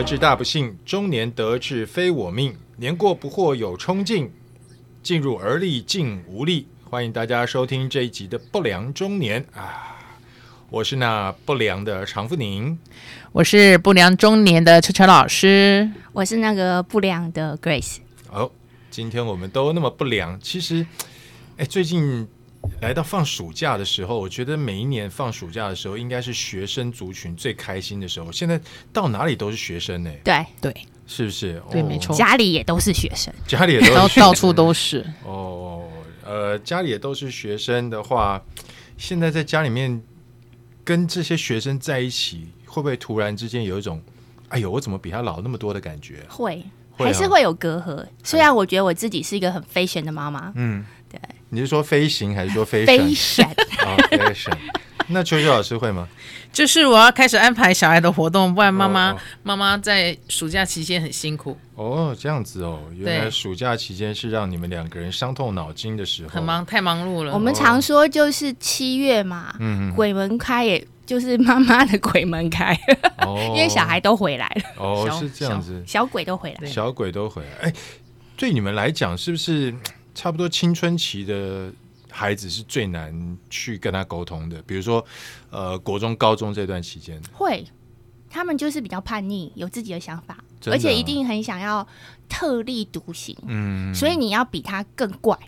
志大不幸，中年得志非我命。年过不惑有冲劲，进入而立竟无力。欢迎大家收听这一集的不良中年啊！我是那不良的常富宁， 我是不良中年的车车老师， 我是那个不良的 Grace。 今天我们都那么不良，其实，最近来到放暑假的时候，我觉得每一年放暑假的时候，应该是学生族群最开心的时候。现在到哪里都是学生呢？ 对， 是不是？ 对，没错， 家里也都是学生， 家里也都是学生到处都是。 家里也都是学生的话，现在在家里面跟这些学生在一起，会不会突然之间有一种，哎呦，我怎么比他老那么多的感觉？ 会还是会有隔阂。虽然我觉得我自己是一个很fashion的妈妈，对， 你是说飞行还是说飞 fashion？ fashion。那秋秋老师会吗？ 就是我要开始安排小孩的活动，不然妈妈在暑假期间很辛苦。 这样子哦，原来暑假期间是让你们两个人伤透脑筋的时候， 很忙，太忙碌了。 我们常说就是7月嘛，鬼门开，也就是妈妈的鬼门开，因为小孩都回来了。 是这样子， 小鬼都回来， 小鬼都回来。对你们来讲，是不是差不多青春期的孩子是最难去跟他沟通的？比如说，国中、高中这段期间， 会，他们就是比较叛逆，有自己的想法， 真的而且一定很想要特立独行。所以你要比他更怪。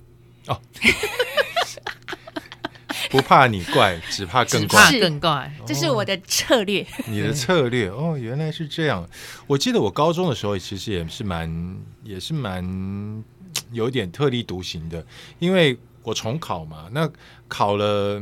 不怕你怪，只怕更怪， 只怕更怪， 这是我的策略。 你的策略原来是这样。我记得我高中的时候，其实也是蛮有点特立独行的，因为我重考嘛，那考了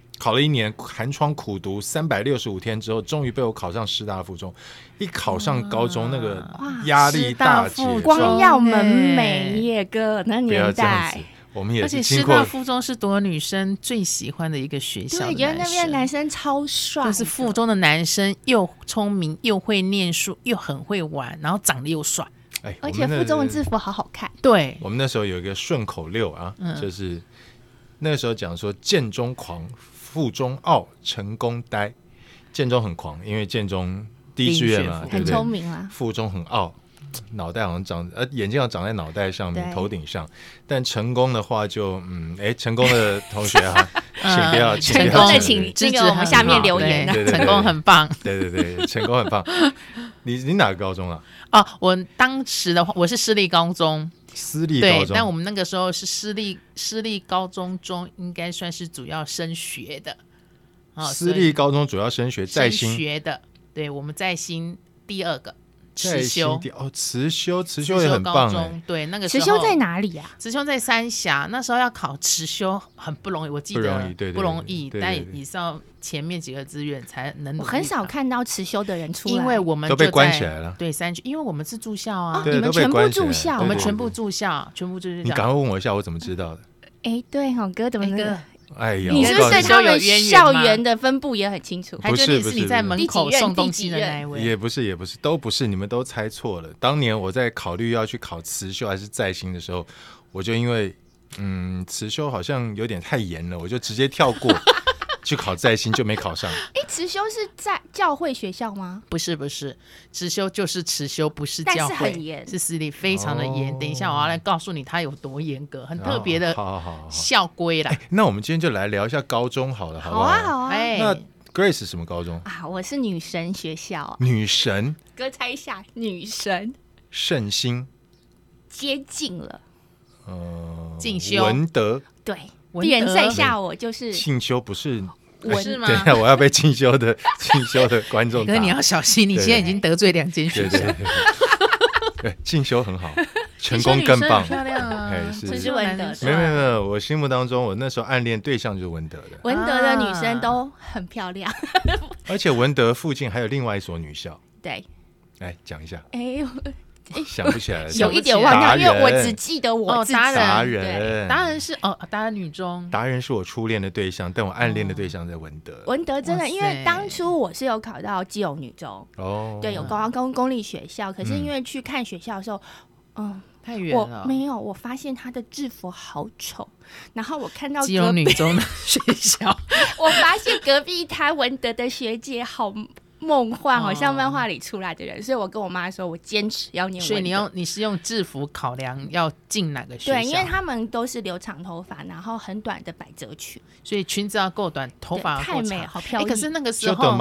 1年，寒窗苦读365天之后，终于被我考上师大附中。一考上高中，那个压力大解放， 光耀门楣耶哥，那年代。 我们也是而且师大附中是多女生最喜欢的一个学校的男生， 对，觉得那边的男生超帅， 就是附中的男生又聪明又会念书又很会玩，然后长得又帅。 而且附中的制服好好看。 对， 我们那时候有一个顺口溜啊，就是那个时候讲说建中狂，附中傲，成功呆。建中很狂，因为建中第一志愿嘛， 很聪明啊。 附中很傲，脑袋好像眼睛要长在脑袋上面，头顶上。但成功的话就成功的同学啊，请不要成功的请那个我们下面留言， 成功很棒。 对，成功很棒。你哪个高中啊？ 我当时的话，我是私立高中。 私立高中， 对，但我们那个时候是私立高中中应该算是主要升学的。 私立高中主要升学在新升学的，对，我们在新第二个。 慈修慈修也很棒对，那个时候慈修在哪里啊？ 慈修在三峡，那时候要考慈修很不容易，我记得不容易，但也是要前面几个志愿才能。 我很少看到慈修的人出来， 因为我们都被关起来了。 对，因为我们是住校啊， 你们全部住校， 我们全部住校，全部就是。 你赶快问我一下，我怎么知道的？ 对，哥怎么哥？ 哎呀， 你是不是对他们校园的分布也很清楚？ 不是你在门口送东西的那一位， 也不是，都不是，你们都猜错了。当年我在考虑要去考慈修还是在新的时候，我就因为慈修好像有点太严了，我就直接跳过去考在新，就没考上。 慈修是在教会学校吗？ 不是，慈修就是慈修，不是教会， 但是很严， 是私立，非常的严。等一下我要来告诉你它有多严格，很特别的校规啦。 那我们今天就来聊一下高中好了，好不好？ 好啊。 那 Grace 什么高中啊？我是女神学校。 女神？ 哥猜一下，女神。 圣心。 接近了。 进修。 文德。 对，鄙人在下我就是进修，不是。 是吗？ 等一下，我要被进修的观众打。 哥，你要小心，你现在已经得罪2间学校。 对，进修很好，成功更棒， 漂亮啊！ 是文德。 没有，我心目当中，我那时候暗恋对象就是文德的。 文德的女生都很漂亮， 而且文德附近还有另外一所女校。 对， 来讲一下。 想不起来了， 有一点忘掉，因为我只记得我自己。 达人是达人女中， 达人是我初恋的对象，但我暗恋的对象在文德。 文德真的，因为当初我是有考到基隆女中，对，有高中公立学校，可是因为去看学校的时候， 太远了， 我发现她的制服好丑，然后我看到基隆女中的学校， 我发现隔壁台文德的学姐好梦幻，好像漫画里出来的人，所以我跟我妈说，我坚持要念文德。 所以你是用制服考量要进哪个学校？ 对，因为他们都是留长头发，然后很短的百褶裙， 所以裙子要够短，头发要够长， 太美，好漂亮。 可是那个时候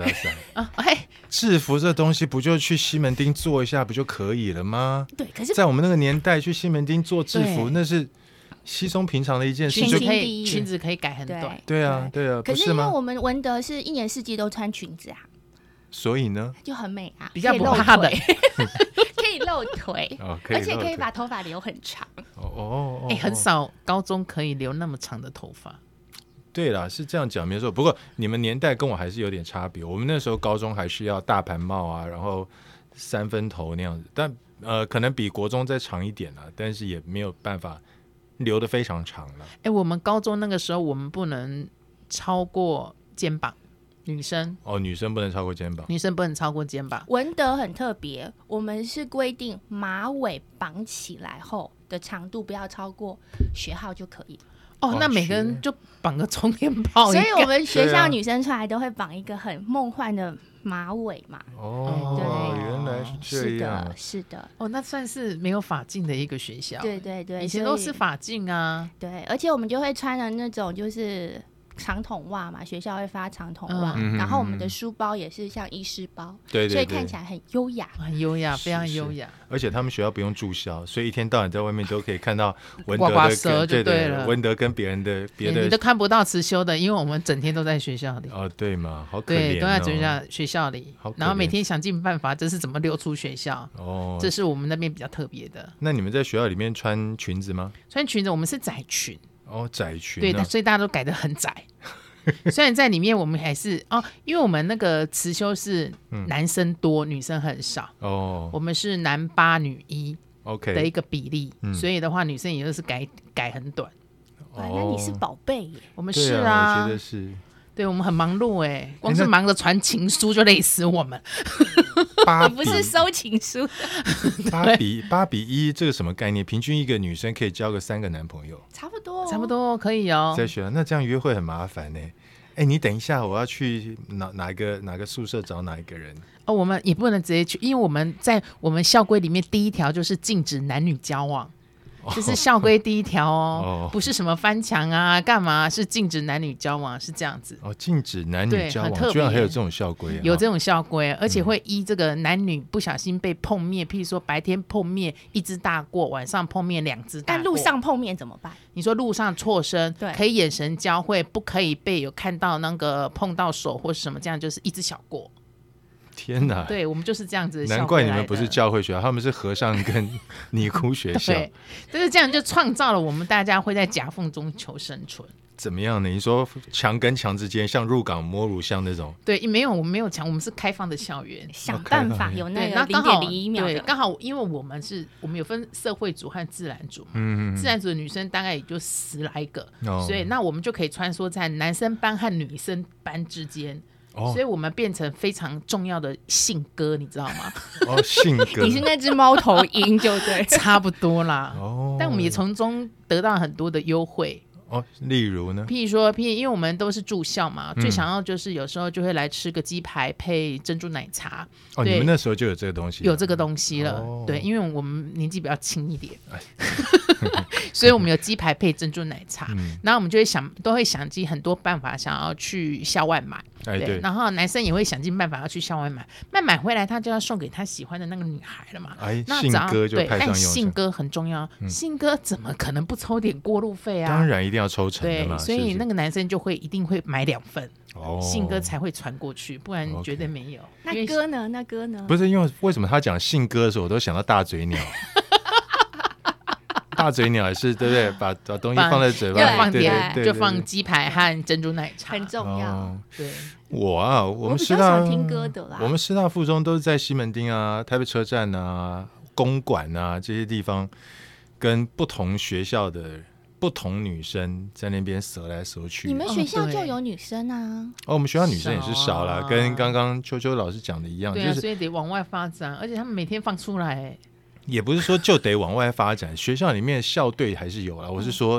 制服这东西不就去西门町做一下不就可以了吗？ 对，可是在我们那个年代去西门町做制服，那是稀松平常的一件事， 裙子可以改很短。 对啊， 可是因为我们文德是一年四季都穿裙子啊， 所以呢就很美啊， 比较不怕的， 可以露腿，而且可以把头发留很长。 很少高中可以留那么长的头发。 对啦，是这样讲没错。不过你们年代跟我还是有点差别。我们那时候高中还是要大盘帽啊，然后3分头那样子，但可能比国中再长一点啦，但是也没有办法留得非常长了。 我们高中那个时候我们不能超过肩膀，女生女生不能超过肩膀， 女生不能超过肩膀。 文德很特别，我们是规定马尾绑起来后的长度不要超过学号就可以了。 那每个人就绑个充电宝， 所以我们学校女生出来都会绑一个很梦幻的马尾嘛。 对，原来是这样。 是的。 那算是没有发镜的一个学校。 对对对， 以前都是发镜啊。 对，而且我们就会穿的那种就是长筒袜嘛，学校会发长筒袜，然后我们的书包也是像医师包， 对， 所以看起来很优雅， 很优雅，非常优雅。 而且他们学校不用住校，所以一天到晚在外面都可以看到文德刮刮蛇就对了， 文德跟别的你都看不到辞修的，因为我们整天都在学校里。 对嘛，好可怜对，都在学校里，然后每天想尽办法，这是怎么溜出学校。这是我们那边比较特别的。 那你们在学校里面穿裙子吗？ 穿裙子，我们是窄裙。 窄裙。 对，所以大家都改得很窄。虽然在里面我们还是因为我们那个辞修是男生多，女生很少。我们是男8女1的一个比例，所以的话女生也就是改很短。 那你是宝贝耶。 我们是啊， 我觉得是。 对，我们很忙碌光是忙着传情书就累死我们。 你不是收情书的。 8比1，这个什么概念？平均一个女生可以交个3个男朋友， 差不多， 差不多可以在学校那这样约会很麻烦呢。你等一下，我要去哪个宿舍找哪一个人？ 我们也不能直接去，因为我们在我们校规里面第1条就是禁止男女交往。这是校规第1条不是什么翻墙啊干嘛，是禁止男女交往，是这样子。 禁止男女交往，居然还有这种校规有这种校规，而且会依这个男女不小心被碰面，譬如说白天碰面1只大过，晚上碰面2只大过。 但路上碰面怎么办？ 你说路上错身，可以眼神交汇，不可以被有看到那个碰到手或是什么，这样就是1只小过。 天哪！ 对，我们就是这样子的校规来的。 难怪你们不是教会学校，他们是和尚跟尼姑学校。 对，就是这样，就创造了我们大家会在夹缝中求生存。 怎么样呢？你说墙跟墙之间像入港摸乳像那种？ 对，没有，我们没有墙，我们是开放的校园， 想办法有那个0.01秒的。 对，刚好因为我们有分社会组和自然组嘛，自然组的女生大概也就10来个，所以那我们就可以穿梭在男生班和女生班之间。所以我们变成非常重要的信鸽，你知道吗？ 信鸽， 你是那只猫头鹰就对， 差不多啦。但我们也从中得到很多的优惠。 例如呢？ 譬如说，因为我们都是住校嘛，最想要就是有时候就会来吃个鸡排配珍珠奶茶。 你们那时候就有这个东西？ 有这个东西了。对，因为我们年纪比较轻一点，所以我们有鸡排配珍珠奶茶。然后我们就会都会想尽很多办法想要去校外买。对，然后男生也会想尽办法要去校外买，买回来他就要送给他喜欢的那个女孩了嘛。 信鸽就派上用场。但信鸽很重要，信鸽怎么可能不抽点过路费啊？ 当然一定要抽成的嘛。 对，所以那个男生一定会买2份，信鸽才会传过去，不然绝对没有。 那鸽呢？ 不是，因为为什么他讲信鸽的时候，我都想到大嘴鸟。大嘴鸟也是对不对？把东西放在嘴巴， 放点就放鸡排和珍珠奶茶， 很重要。 对， 我们师大听歌的啦。我们师大附中都是在西门町啊、台北车站啊、公馆啊这些地方，跟不同学校的不同女生在那边折来折去。 你们学校就有女生啊？ 我们学校女生也是少啦，跟刚刚秋秋老师讲的一样， 对，所以得往外发展，而且他们每天放出来。 也不是说就得往外发展，学校里面校队还是有啦。我是说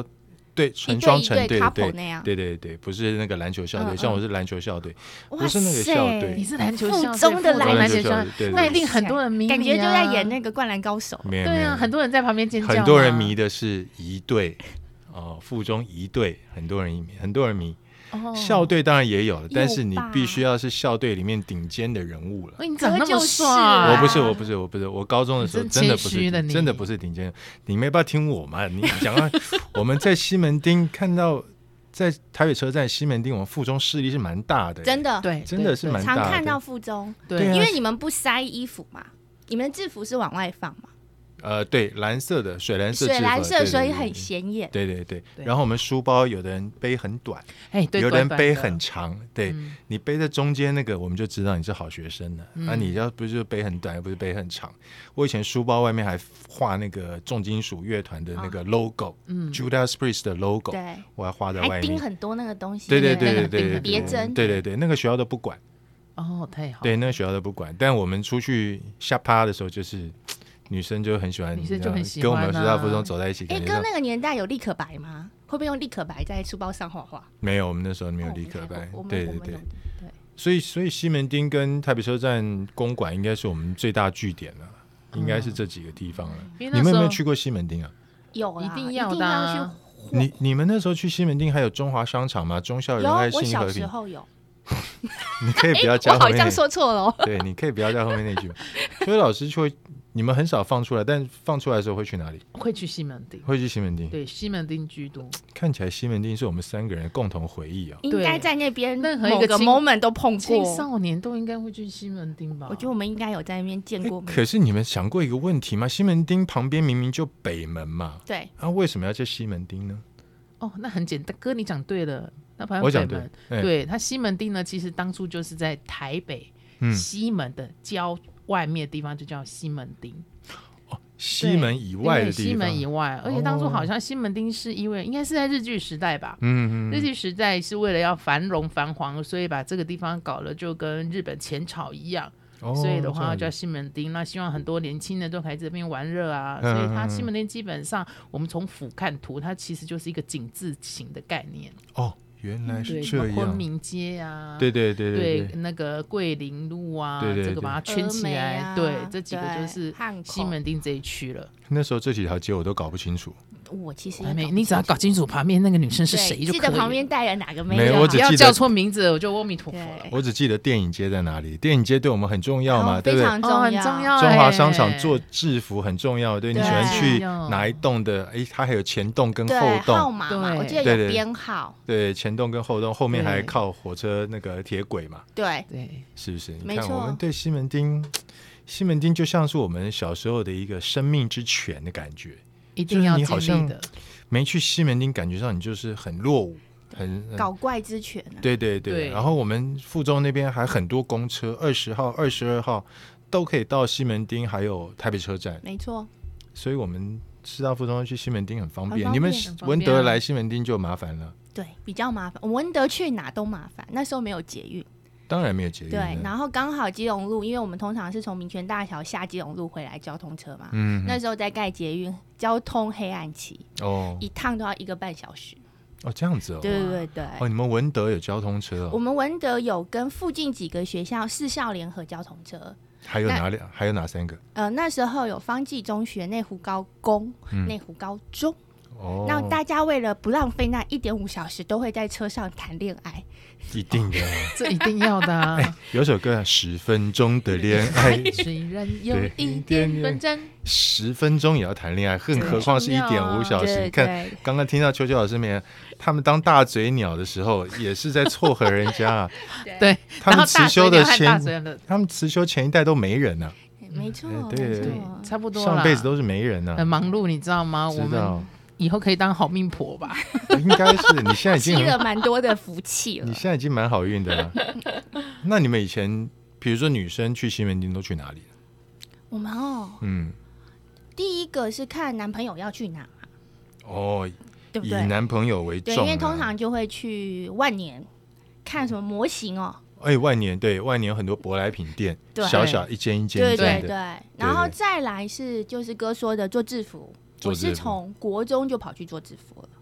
对，成双成对的队，对，不是那个篮球校队，像我是篮球校队，不是那个校队， 你是篮球校队， 附中的篮球校队，那一定很多人迷， 感觉就在演那个灌篮高手。 对啊，很多人在旁边尖叫， 很多人迷的是一队附中一队，很多人迷。校队当然也有了，但是你必须要是校队里面顶尖的人物了。 你长那么帅， 我不是，我高中的时候真的不是顶尖。你没办法听我嘛？你讲到我们在西门町看到，在台北车站西门町，我们附中势力是蛮大的， 真的， 对， 真的是蛮大的。 常看到附中，对，因为你们不塞衣服嘛，你们的制服是往外放嘛。 对，蓝色的水蓝色制服， 所以很显眼。 对。然后我们书包有的人背很短，有的人背很长。对，你背在中间那个，我们就知道你是好学生了。你要不是背很短，又不是背很长。我以前书包外面还画那个重金属乐团的那个 logo，Judas Priest 的 logo， 我还画在外面， 还钉很多那个东西。 对， 别针。 对，那个学校都不管。 太好。 对，那个学校都不管。但我们出去下趴的时候，就是。女生就很喜欢，跟我们师大附中走在一起。 哥那个年代有立可白吗？会不会用立可白在书包上画画？ 没有，我们那时候没有立可白。对。所以西门町跟台北车站公馆应该是我们最大据点了，应该是这几个地方了。你们有没有去过西门町啊？ 有， 一定要的。 你们那时候去西门町还有中华商场吗？忠孝仁爱信义和平。 我小时候有。 你可以不要加后面。 我好像说错了。 对，你可以不要加后面那句。所以老师就会。你们很少放出来，但放出来的时候会去哪里？ 会去西门町。 对，西门町居多。 看起来西门町是我们3个人共同回忆啊。 应该在那边任何一个 moment 都碰过。 青少年都应该会去西门町吧？ 我觉得我们应该有在那边见过。 可是你们想过一个问题吗？西门町旁边明明就北门嘛。 对。 为什么要叫西门町呢？ 那很简单，哥你讲对了。那旁边北门，对，它西门町呢，其实当初就是在台北西门的外面的地方就叫西门町。 西门以外的地方， 西门以外，而且当初好像西门町是因为应该是在日据时代吧，日据时代是为了要繁荣繁华，所以把这个地方搞了就跟日本前朝一样，所以的话叫西门町。那希望很多年轻人都可以在这边玩乐啊，所以它西门町基本上我们从俯瞰图，它其实就是一个井字形的概念。 原来是这样。 昆明街啊， 对， 那个桂林路啊， 对， 这个把它圈起来，对，这几个就是西门町这一区了。 那时候这几条街我都搞不清楚。 我其实你只要搞清楚旁边那个女生是谁就可以了， 记得旁边带了哪个妹， 我只记得不要叫错名字，我就阿弥陀佛了。 我只记得电影街在哪里，电影街对我们很重要嘛，对不对？ 非常重要。 中华商场做制服很重要，对，你喜欢去哪一栋的？它还有前栋跟后栋号码嘛，我记得有编号。 对，前栋跟后栋后面还靠火车那个铁轨嘛。 对， 是不是？你看我们对西门町就像是我们小时候的一个生命之泉的感觉。 一定要经历的。 没去西门町，感觉上你就是很落伍，很搞怪之泉。 对。然后我们附中那边还很多公车，20号、22号都可以到西门町，还有台北车站。 没错。 所以我们师大附中去西门町很方便。你们文德来西门町就麻烦了。 对，比较麻烦。文德去哪都麻烦，那时候没有捷运。 当然没有捷运。 对，然后刚好基隆路，因为我们通常是从民权大桥下基隆路回来交通车嘛，那时候在盖捷运，交通黑暗期，一趟都要1个半小时。 这样子哦。 对。 你们文德有交通车哦？ 我们文德有跟附近几个学校4校联合交通车。 还有哪3个？ 那时候有方济中学、内湖高工、内湖高中。那大家为了不浪费那1.5小时，都会在车上谈恋爱。 一定的， 这一定要的啊！ 有首歌10分钟的恋爱， 虽然有一点纷争 ，10分钟也要谈恋爱，更何况是1.5小时。你看，刚刚听到秋秋老师们，他们当大嘴鸟的时候，也是在撮合人家啊。 对， 他们辞修前一代都没人啊。 没错， 对， 差不多上辈子都是没人啊， 很忙碌，你知道吗？ 知道。 以后可以当好命婆吧？ 应该是，你现在已经积了蛮多的福气了。 你现在已经蛮好运的了。那你们以前，比如说女生去西门町都去哪里？ 我们第一个是看男朋友要去哪。对不对？ 以男朋友为重。 对，因为通常就会去万年看什么模型哦。 万年有很多舶来品店，小小一间一间的。 对。然后再来是就是哥说的做制服。我是从国中就跑去做制服了。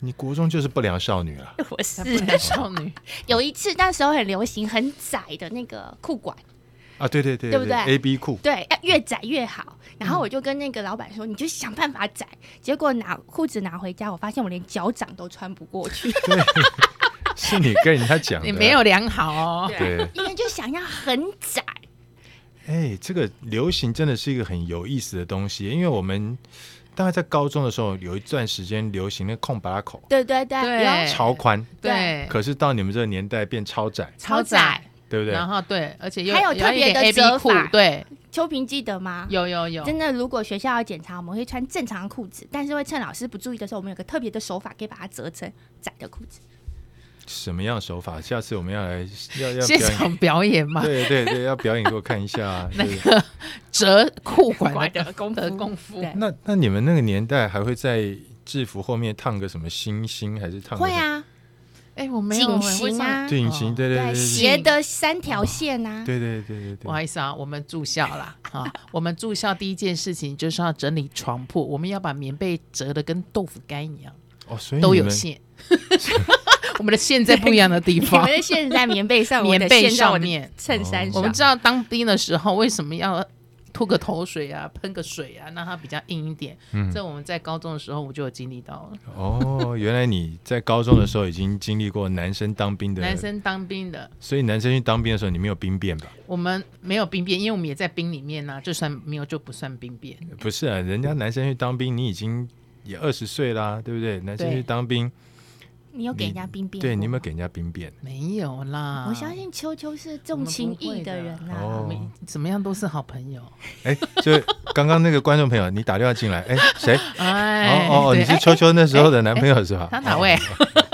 你国中就是不良少女了。 我是不良少女。 有一次那时候很流行很窄的那个裤管啊，对对不对 ？AB 裤， 对，越窄越好。然后我就跟那个老板说，你就想办法窄。结果裤子拿回家，我发现我连脚掌都穿不过去。 对，是你跟人家讲的， 你没有量好哦。 对，因为就想要很窄。 这个流行真的是一个很有意思的东西，因为我们大概在高中的时候有一段时间流行那空巴拉口， 对， 超宽， 对。 可是到你们这个年代变超窄，对不对？ 然后对，而且还有特别的折法， 对。 秋萍记得吗？ 有。 真的，如果学校要检查，我们会穿正常的裤子，但是会趁老师不注意的时候，我们有个特别的手法，可以把它折成窄的裤子。 什么样的手法？下次我们要来现场表演吗？ 对，要表演给我看一下那个折裤管的功夫。 那你们那个年代还会在制服后面烫个什么星星，还是烫？ 会啊。 我没有颈型啊， 颈型，对， 斜的3条线啊， 对。 不好意思啊，我们住校啦我们住校第一件事情就是要整理床铺，我们要把棉被折得跟豆腐干一样， 所以都有线。我们的线在不一样的地方， 我们的线在棉被上， 棉被上面， 衬衫上。 我们知道当兵的时候为什么要吐个头水啊，喷个水啊，让它比较硬一点。这我们在高中的时候我就有经历到了。 原来你在高中的时候已经经历过男生当兵的。所以男生去当兵的时候，你没有兵变吧？ 我们没有兵变，因为我们也在兵里面啊，就算没有就不算兵变。 不是啊，人家男生去当兵，你已经也20岁啦，对不对？男生去当兵。 你有给人家兵变？ 对，你有没有给人家兵变？ 没有啦。 我相信秋秋是重情义的人啊， 我们怎么样都是好朋友。 就刚刚那个观众朋友，你打电话进来，谁？你是秋秋那时候的男朋友是吧？ 他哪位？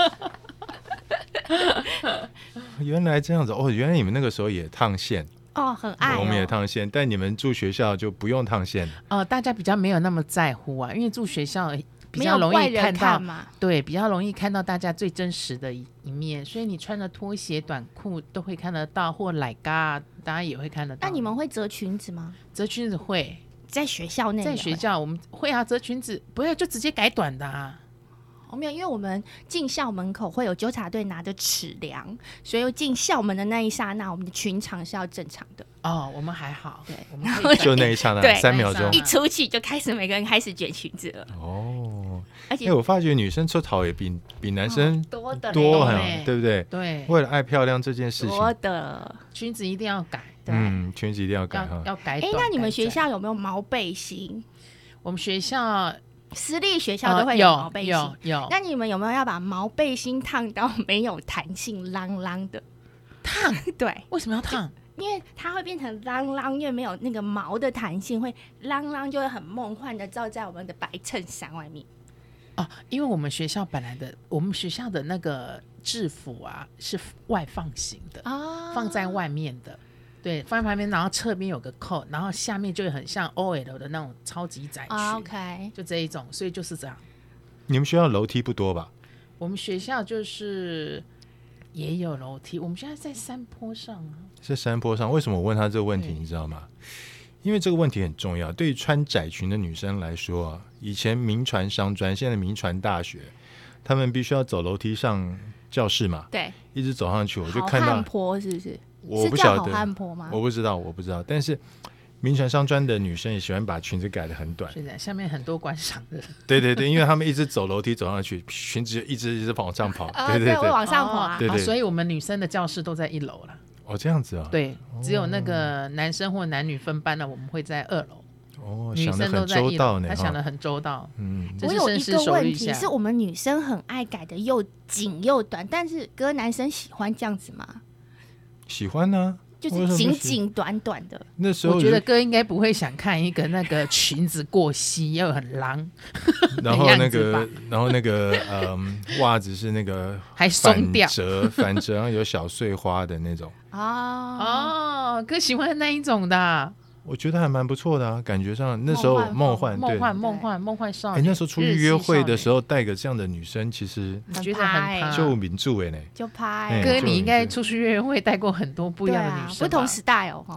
原来这样子原来你们那个时候也烫线。 很爱我们也烫线，但你们住学校就不用烫线大家比较没有那么在乎啊，因为住学校比较容易看到对，比较容易看到大家最真实的一面，所以你穿的拖鞋短裤都会看得到，或奶嘎大家也会看得到。 那你们会折裙子吗？ 折裙子会在学校内， 在学校我们会啊，折裙子不会就直接改短的啊。 没有，因为我们进校门口会有纠察队拿着尺量，所以进校门的那一刹那，我们的裙长是要正常的。 我们还好， 对， 我们可以就那一刹那3秒钟， 一出去就开始每个人开始卷裙子了。而且我发觉女生出头也比男生多的多，对不对？ 对， 为了爱漂亮这件事情， 多的裙子一定要改， 对， 裙子一定要改要改短。 那你们学校有没有毛背心？ 我们学校私立学校都会有毛背心， 有。 那你们有没有要把毛背心烫到没有弹性、啷啷的？ 烫？ 对， 为什么要烫？ 因为它会变成啷啷，因为没有那个毛的弹性，会啷啷就会很梦幻的照在我们的白衬衫外面。 因为我们学校的那个制服啊是外放型的，放在外面的。对，放在旁边，然后侧边有个扣，然后下面就很像 OL 的那种超级窄裙 ，OK， 就这一种，所以就是这样。 你们学校楼梯不多吧？ 我们学校就是也有楼梯，我们现在在山坡上啊。 在山坡上，为什么我问他这个问题？你知道吗？因为这个问题很重要。对于穿窄裙的女生来说，以前民传商专，现在民传大学，他们必须要走楼梯上教室嘛， 对， 一直走上去，我就看到好汉坡是不是？ 我不晓得是叫好汉坡吗？ 我不知道。但是民传商专的女生也喜欢把裙子改得很短， 是的，下面很多观赏的。 对，因为他们一直走楼梯走上去，裙子就一直往上跑。对， 会往上跑啊。 对， 所以我们女生的教室都在1楼了。 这样子啊。 对，只有那个男生或男女分班的，我们会在2楼。女生都在1楼，他想得很周到。 我有一个问题是我们女生很爱改的又紧又短，但是哥男生喜欢这样子吗？ 喜欢呢， 就是紧紧短短的。 那时候我觉得哥应该不会想看一个那个裙子过膝又很狼， 然后那个袜子是那个还松掉反折，然后有小碎花的那种。 哥喜欢那一种的。 我觉得还蛮不错的啊，感觉上那时候梦幻少女。 那时候出去约会的时候带个这样的女生，其实觉得很就民主就拍。 哥，你应该出去约会带过很多不一样的女生， 不同时代哦。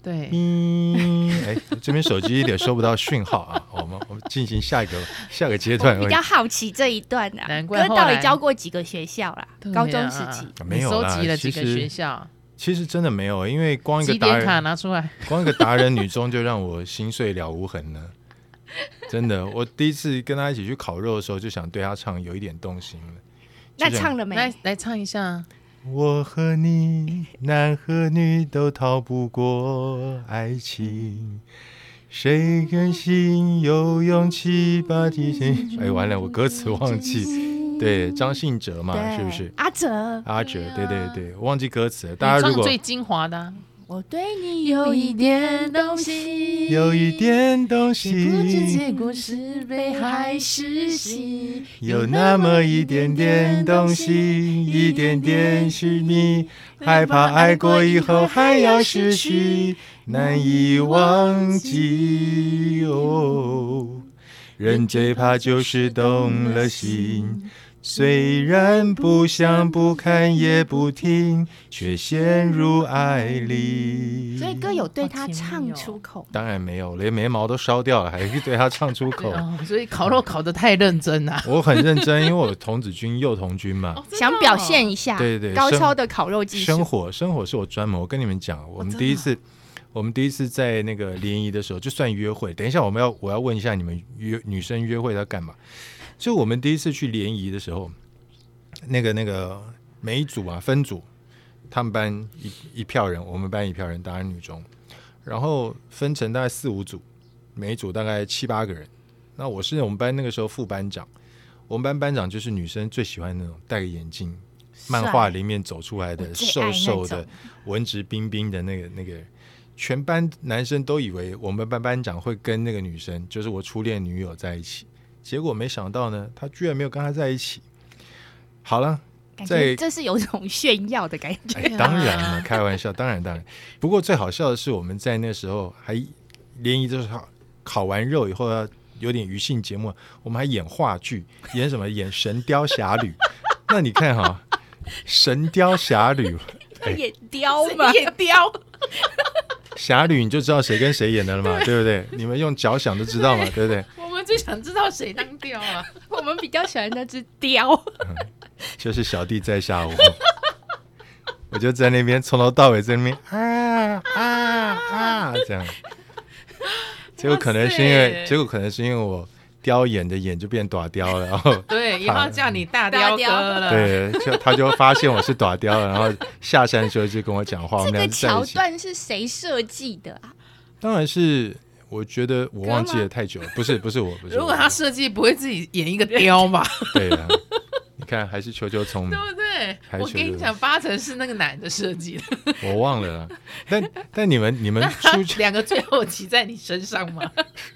对， 这边手机也收不到讯号啊。我们进行下一个阶段。 我比较好奇这一段啊， 难怪哥到底教过几个学校啦？高中时期没有啦， 收集了几个学校？ 其实真的没有，因为光一个几点卡拿出来， 光一个达人女中就让我心碎了无痕了。真的，我第一次跟她一起去烤肉的时候，就想对她唱《有一点动心》了。 那唱了没？ 来唱一下。 我和你，男和女都逃不过爱情，谁更心有勇气把提醒？完了，我歌词忘记。对，张信哲嘛，是不是？ 阿哲， 对，我忘记歌词了。大家如果最精华的， 我对你有一点东西， 有一点东西， 不知结果是悲还是喜， 有那么一点点东西，一点点是你，害怕爱过以后还要失去，难以忘记哦。人最怕就是动了心，虽然不想不看也不听，却陷入爱里。 所以哥有对他唱出口？ 当然没有，连眉毛都烧掉了，还是对他唱出口。 所以烤肉烤得太认真了。 我很认真，因为我童子军幼童军嘛， 想表现一下对高超的烤肉技术。 生火是我专门。我跟你们讲，我们第一次在那个联谊的时候，就算约会。等一下我要问一下你们女生约会在干嘛？就我们第一次去联谊的时候，那个每一组啊分组，他们班一票人，我们班一票人，达人女中，然后分成大概4、5组，每一组大概7、8个人。那我是我们班那个时候副班长，我们班班长就是女生最喜欢那种戴个眼镜，漫画里面走出来的瘦瘦的、文质彬彬的那个人。全班男生都以为我们班班长会跟那个女生，就是我初恋女友在一起，结果没想到呢，他居然没有跟她在一起。好了， 感觉这是有种炫耀的感觉。 当然了，开玩笑，当然。不过最好笑的是，我们在那时候还联谊的时候，烤完肉以后要有点余兴节目，我们还演话剧，演什么？演《神雕侠侣》。那你看哈，《神雕侠侣》 演雕嘛， 演雕。 侠侣你就知道谁跟谁演的了嘛， 对不对？你们用脚想都知道嘛，对不对？ 我们最想知道谁当雕啊。 我们比较喜欢那只雕。 就是小弟在下我。我就在那边从头到尾在那边这样。结果可能是因为我雕眼的眼就变大雕了，然后对，以后叫你大雕哥了。 对，他就发现我是大雕了，然后下山的时候就跟我讲话。 这个桥段是谁设计的啊？ 当然是，我觉得我忘记了太久了，不是我。 如果他设计，不会自己演一个雕吧？ 对啊，你看还是球聪明， 对不对？我跟你讲，8成是那个男的设计的， 我忘了。但你们 2个最后骑在你身上吗？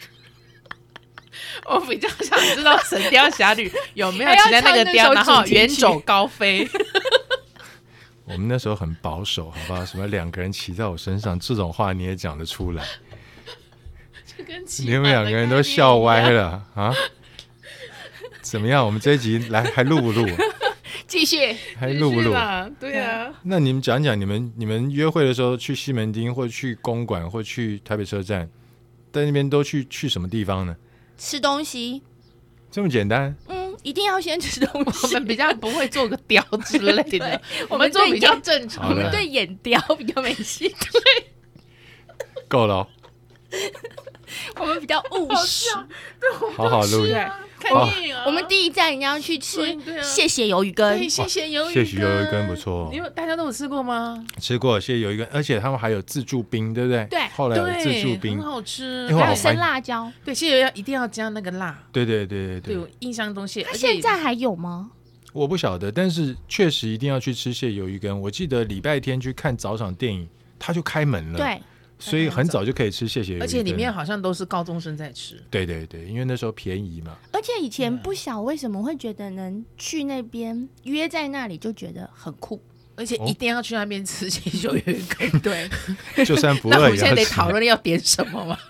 我比较想知道《神雕侠侣》有没有骑在那个雕，然后远走高飞。 我们那时候很保守，好不好？什么2个人骑在我身上，这种话你也讲得出来？你们2个人都笑歪了啊！怎么样？我们这一集来还录不录？ 继续， 还录不录？ 对啊。 那你们讲讲，你们约会的时候去西门町，或去公馆，或去台北车站，在那边都去什么地方呢？ 吃东西， 这么简单？ 一定要先吃东西。 我们比较不会做个雕之类的，我们做比较正常。 我们对眼雕比较没兴趣。 够了， 我们比较务实。 好好录。 我们第一站一定要去吃谢谢鱿鱼羹。 谢谢鱿鱼羹不错。 大家都有吃过吗？ 吃过谢谢鱿鱼羹，而且他们还有自助冰，对不对？ 对， 后来有自助冰， 很好吃， 还有生辣椒。 对，谢谢一定要加那个辣。 对， 我印象中它现在还有吗？ 我不晓得，但是确实一定要去吃谢鱿鱼羹。我记得礼拜天去看早场电影，它就开门了。 对。 所以很早就可以吃谢谢鱿鱼羹， 而且里面好像都是高中生在吃。 对，因为那时候便宜嘛。 而且以前不晓为什么会觉得能去那边约在那里就觉得很酷， 而且一定要去那边吃谢谢鱿鱼羹。 对， 就算不饿也要吃。 那我们现在得讨论要点什么吗？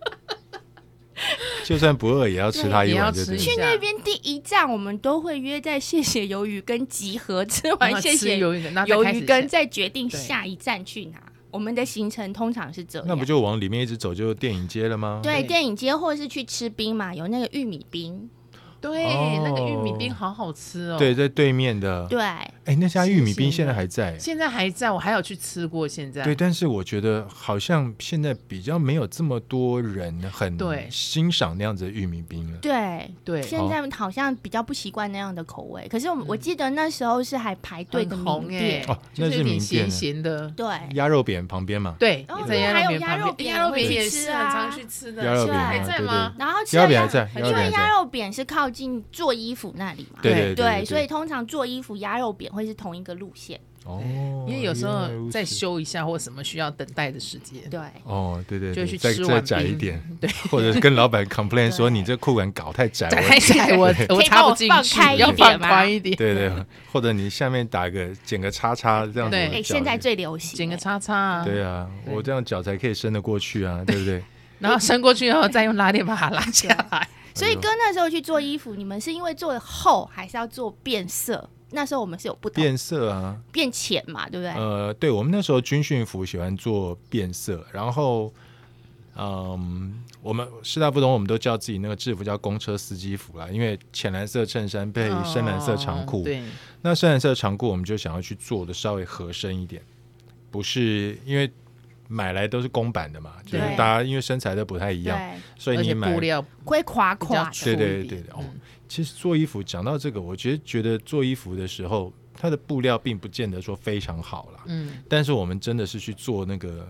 就算不饿也要吃它一碗就对。 去那边第一站我们都会约在谢谢鱿鱼羹集合，吃完谢谢鱿鱼羹再决定下一站去哪。 我们的行程通常是这样。 那不就往里面一直走就电影街了吗？ 对，电影街或是去吃冰嘛，有那个玉米冰。 对，那个玉米冰好好吃哦。 对，在对面的。 对， 那家玉米冰现在还在？ 现在还在，我还有去吃过。现在对，但是我觉得好像现在比较没有这么多人很欣赏那样子的玉米冰了。 对，现在好像比较不习惯那样的口味。可是我记得那时候是还排队的名店那是名店， 咸的。 对， 鸭肉扁旁边嘛。 对， 还有鸭肉扁也是很常去吃的。 鸭肉扁还在吗？ 然后鸭肉扁还在， 因为鸭肉扁是靠近做衣服那里嘛。 对， 所以通常做衣服鸭肉扁会是同一个路线。 因为有时候再修一下或什么需要等待的时间。 对， 就去吃完再窄一点，对，或者跟老板 complain 说你这裤管搞太窄， 我插不进去，要放宽一点。 对，或者你下面剪个叉叉这样子。 对，现在最流行剪个叉叉。 对啊，我这样脚才可以伸得过去啊，对不对？ 然后伸过去以后再用拉链把它拉下来。 所以哥那时候去做衣服，你们是因为做厚还是要做变色？那时候我们是有不同变色啊， 变浅嘛，对不对？ 对，我们那时候军训服喜欢做变色，然后我们师大附中我们都叫自己那个制服叫公车司机服啦，因为浅蓝色衬衫配深蓝色长裤。 对， 那深蓝色长裤我们就想要去做的稍微合身一点，不是因为买来都是公版的嘛，就是大家因为身材都不太一样，所以你买布料会垮垮。 对其实做衣服讲到这个，我觉得做衣服的时候，它的布料并不见得说非常好啦。但是我们真的是去做那个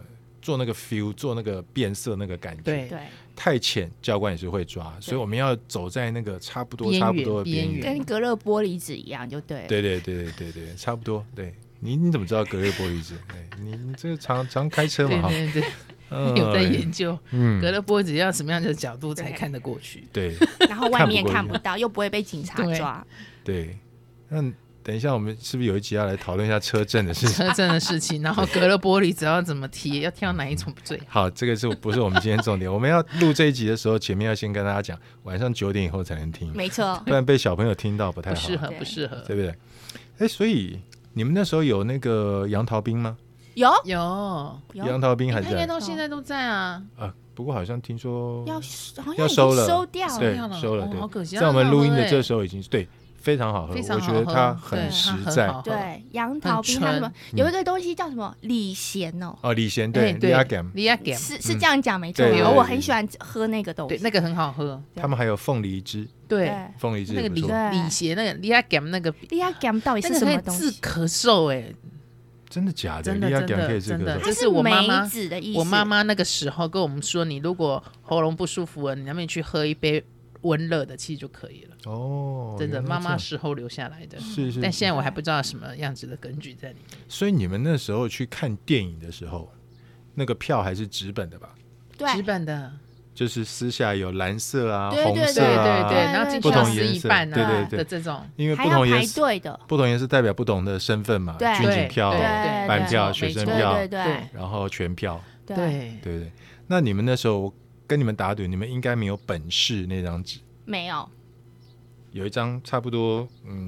feel， 做那个变色那个感觉。 对， 太浅教官也是会抓，所以我们要走在那个差不多的边缘， 跟隔热玻璃纸一样就对了。 对，差不多。对，你怎么知道隔热玻璃纸？你这个常开车嘛？ 对。有在研究隔热玻璃纸要什么样的角度才看得过去。 对， 然后外面看不到，又不会被警察抓。 对，那等一下我们是不是有一集要来讨论一下车震的事情？ 然后隔热玻璃纸要怎么贴，要挑哪一种最好？ 好，这个不是我们今天重点。我们要录这一集的时候，前面要先跟大家讲，晚上9点以后才能听， 没错， 不然被小朋友听到不太好， 不适合， 对不对？所以你们那时候有那个杨桃冰吗？ 有杨桃冰还在， 应该到现在都在啊。 不过好像听说要收了，收掉了，对，收了， 好可惜。 在我们录音的这时候已经对非常好喝，我觉得它很实在。 对，杨桃冰它什么有一个东西叫什么李咸李咸对 Liagam 是这样讲没错，我很喜欢喝那个东西， 对，那个很好喝。 他们还有凤梨汁， 对， 凤梨汁那个李咸那个 Liagam 那个 Liagam 到底是什么东西？ 治咳嗽真的假的？ 真的，这是我妈妈的意思。 我妈妈那个时候跟我们说，你如果喉咙不舒服了，你那边去喝一杯温热的其实就可以了。真的，妈妈时候留下来的。 是， 但现在我还不知道什么样子的根据在里面。 所以你们那时候去看电影的时候，那个票还是纸本的吧？ 对， 纸本的。 就是私下有蓝色啊、红色啊， 对，然后进去要撕一半啊的这种， 因为不同颜色不同颜色代表不同的身份嘛，军警票、班票、学生票，然后全票， 对。 那你们那时候跟你们打赌，你们应该没有本市那张纸， 没有， 有一张差不多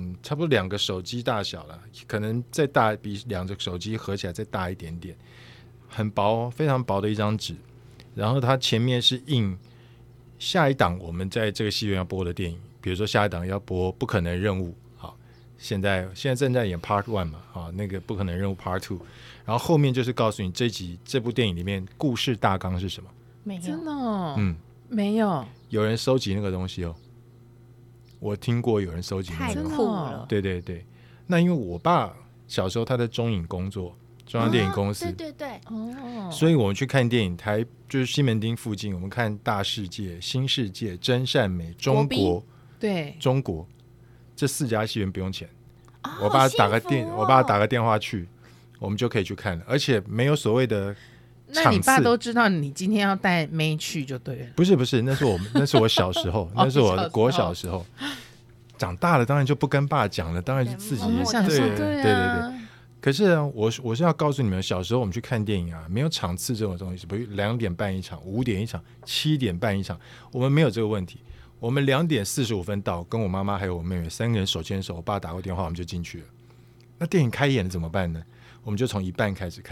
2个手机大小了，可能再大，比2个手机合起来再大一点点，很薄，非常薄的一张纸。然后它前面是印下一档我们在这个戏院要播的电影，比如说下一档要播《不可能任务》，好，现在正在演 Part 1嘛，那个《不可能任务 Part 2》，然后后面就是告诉你这部电影里面故事大纲是什么。 没有， 真的没有， 有人收集那个东西我听过有人收集那个东西， 太酷了。 对，那因为我爸小时候他在中影工作。中央电影公司， 对， 所以我们去看电影，就是西门町附近，我们看大世界、新世界、真善美、中国， 对， 中国这4家戏院不用钱，我爸打个电话去，我们就可以去看了，而且没有所谓的场次。 那你爸都知道你今天要带妹去就对了。 不是，那是我小时候，那是我国小的时候，长大了当然就不跟爸讲了，当然是自己对。可是我是要告诉你们，小时候我们去看电影没有场次这种东西，比如2点半一场、5点一场、7点半一场，我们没有这个问题。我们2点45分到，跟我妈妈还有我妹妹3个人手牵手，我爸打过电话，我们就进去了。那电影开演了怎么办呢？我们就从一半开始看，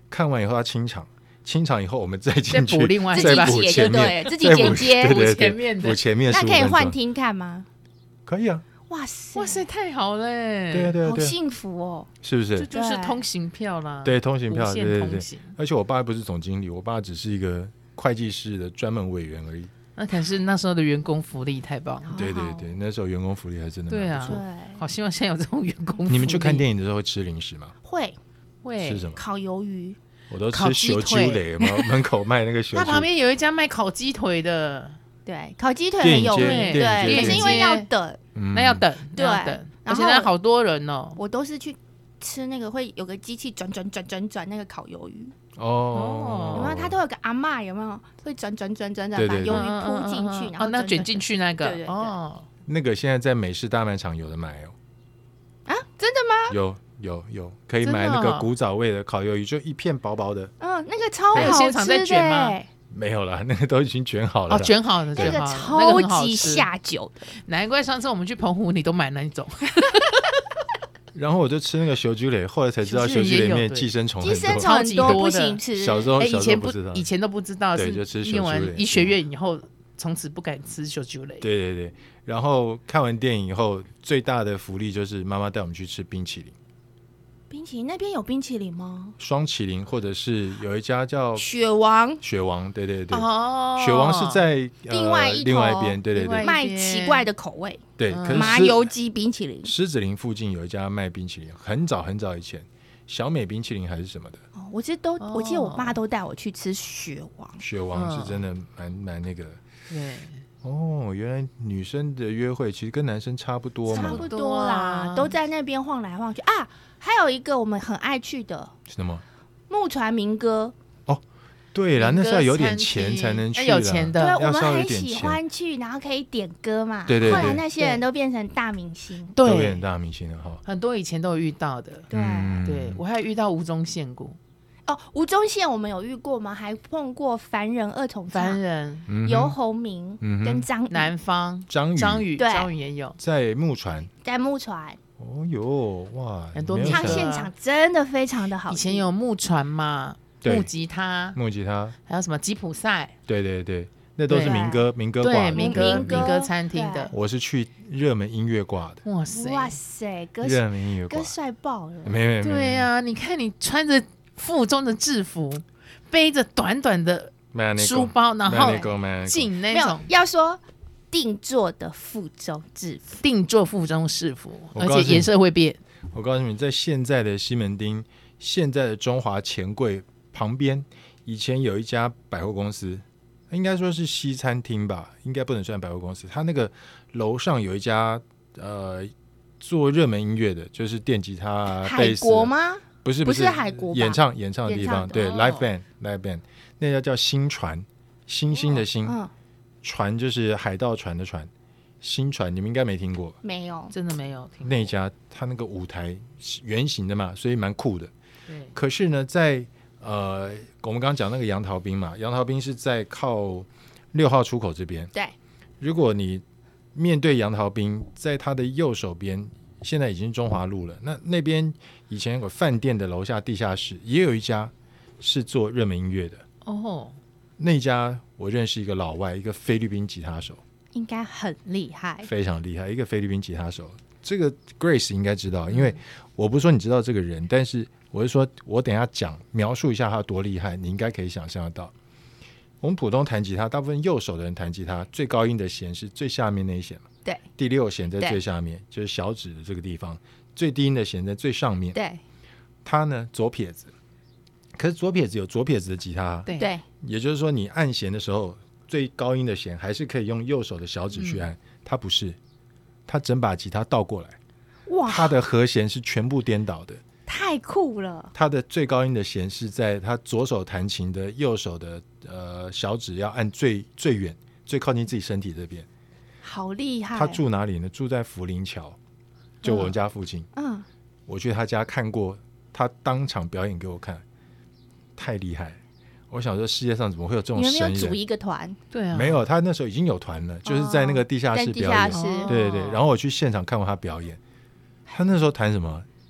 看完以后要清场，清场以后我们再进去补另外再补前面， 自己剪接， 对前面的， 补前面15分钟。 那可以换听看吗？ 可以啊。 哇塞，太好了！ 对， 好幸福哦， 是不是？ 这就是通行票啦。 对，通行票，对。而且我爸不是总经理，我爸只是一个会计师的专门委员而已。 那可是那时候的员工福利太棒了。 对，那时候员工福利还真的蛮不错。 对，好希望现在有这种员工福利。 你们去看电影的时候会吃零食吗？ 会吃什么？ 烤鱿鱼。 我都吃小猪雷，门口卖那个小猪。 他旁边有一家卖烤鸡腿的。 对，烤鸡腿很有名，对，可是因为要等， 那要等， 对， 而且那好多人哦。 我都是去吃那个会有个机器转那个烤鱿鱼哦， 有没有？它都有个阿嬷，有没有？会转把鱿鱼铺进去，然后那卷进去那个， 哦， 那个现在在美式大卖场有的买哦。 啊，真的吗？ 有，可以买那个古早味的烤鱿鱼，就一片薄薄的。 那个超好吃的。 没有啦，那个都已经卷好了。 卷好了， 那个超级下酒的， 难怪上次我们去澎湖，你都买那一种。 然后我就吃那个小猪雷，后来才知道小猪雷里面寄生虫很多，不行吃。 小时候不知道， 以前都不知道， 对，就吃小猪雷。 念完医学院以后，从此不敢吃小猪雷。 对，然后看完电影以后，最大的福利就是妈妈带我们去吃冰淇淋。 冰淇淋那边有冰淇淋吗？ 双淇淋，或者是有一家叫雪王， 对，雪王是在另外一边，对， 卖奇怪的口味， 对，可是麻油鸡冰淇淋。 狮子林附近有一家卖冰淇淋，很早以前，小美冰淇淋还是什么的。 我记得我爸都带我去吃雪王， 雪王是真的蛮那个。 对。 原来女生的约会其实跟男生差不多嘛， 差不多啦，都在那边晃来晃去啊。还有一个我们很爱去的， 什么？ 木船民歌。 对啦，那是要有点钱才能去， 有钱的。 对，我们很喜欢去，然后可以点歌嘛。 对。 后来那些人都变成大明星， 都变成大明星了哈。 很多以前都有遇到的，对，我还有遇到吴宗宪过。 吴宗宪我们有遇过吗？还碰过凡人二重唱， 凡人游鸿明跟张宇， 南方张宇也有在木船。 哦哟，哇， 很多唱现场真的非常的好。 以前有木船嘛，木吉他，还有什么吉普赛， 对，那都是民歌挂的， 民歌餐厅的。 我是去热门音乐挂的。 哇塞， 热门音乐挂， 歌帅爆了。 没。 对啊，你看你穿着附中的制服，背着短短的书包，然后进那种要说定做的附中制服， 而且颜色会变。 我告诉你，在现在的西门町，现在的中华钱柜旁边，以前有一家百货公司，应该说是西餐厅吧，应该不能算百货公司。它那个楼上有一家做热门音乐的，就是电吉他、 海国吗？ 不是海国吧， 演唱的地方，对 ，live band， 那家叫星船，星星的星。船就是海盗船的船，新船你们应该没听过， 没有， 真的没有听过。 那家他那个舞台圆形的嘛，所以蛮酷的。对。可是呢，在我们刚刚讲那个杨桃冰嘛，杨桃冰是在靠6号出口这边。 对。 如果你面对杨桃冰，在它的右手边，现在已经中华路了。那边以前有个饭店的楼下地下室，也有一家是做热门音乐的。那家我认识一个老外，一个菲律宾吉他手， 应该很厉害， 非常厉害，一个菲律宾吉他手。这个 Grace 应该知道，因为我不是说你知道这个人，但是我是说我等一下描述一下他多厉害，你应该可以想象得到。我们普通弹吉他，大部分右手的人弹吉他，最高音的弦是最下面那一弦嘛， 对， 第6弦在最下面，就是小指的这个地方，最低音的弦在最上面。 对， 他呢左撇子。可是左撇子有左撇子的吉他， 对， 也就是说你按弦的时候，最高音的弦还是可以用右手的小指去按，他不是，他整把吉他倒过来，哇，他的和弦是全部颠倒的， 太酷了。 他的最高音的弦是在他左手弹琴的右手的小指要按最远、最靠近自己身体这边， 好厉害。 他住哪里呢？住在福林桥，就我们家附近。我去他家看过，他当场表演给我看。太厉害！我想说，世界上怎么会有这种神人？ 你有没有组一个团？ 对啊， 没有，他那时候已经有团了，就是在那个地下室表演。对，然后我去现场看过他表演，他那时候弹什么？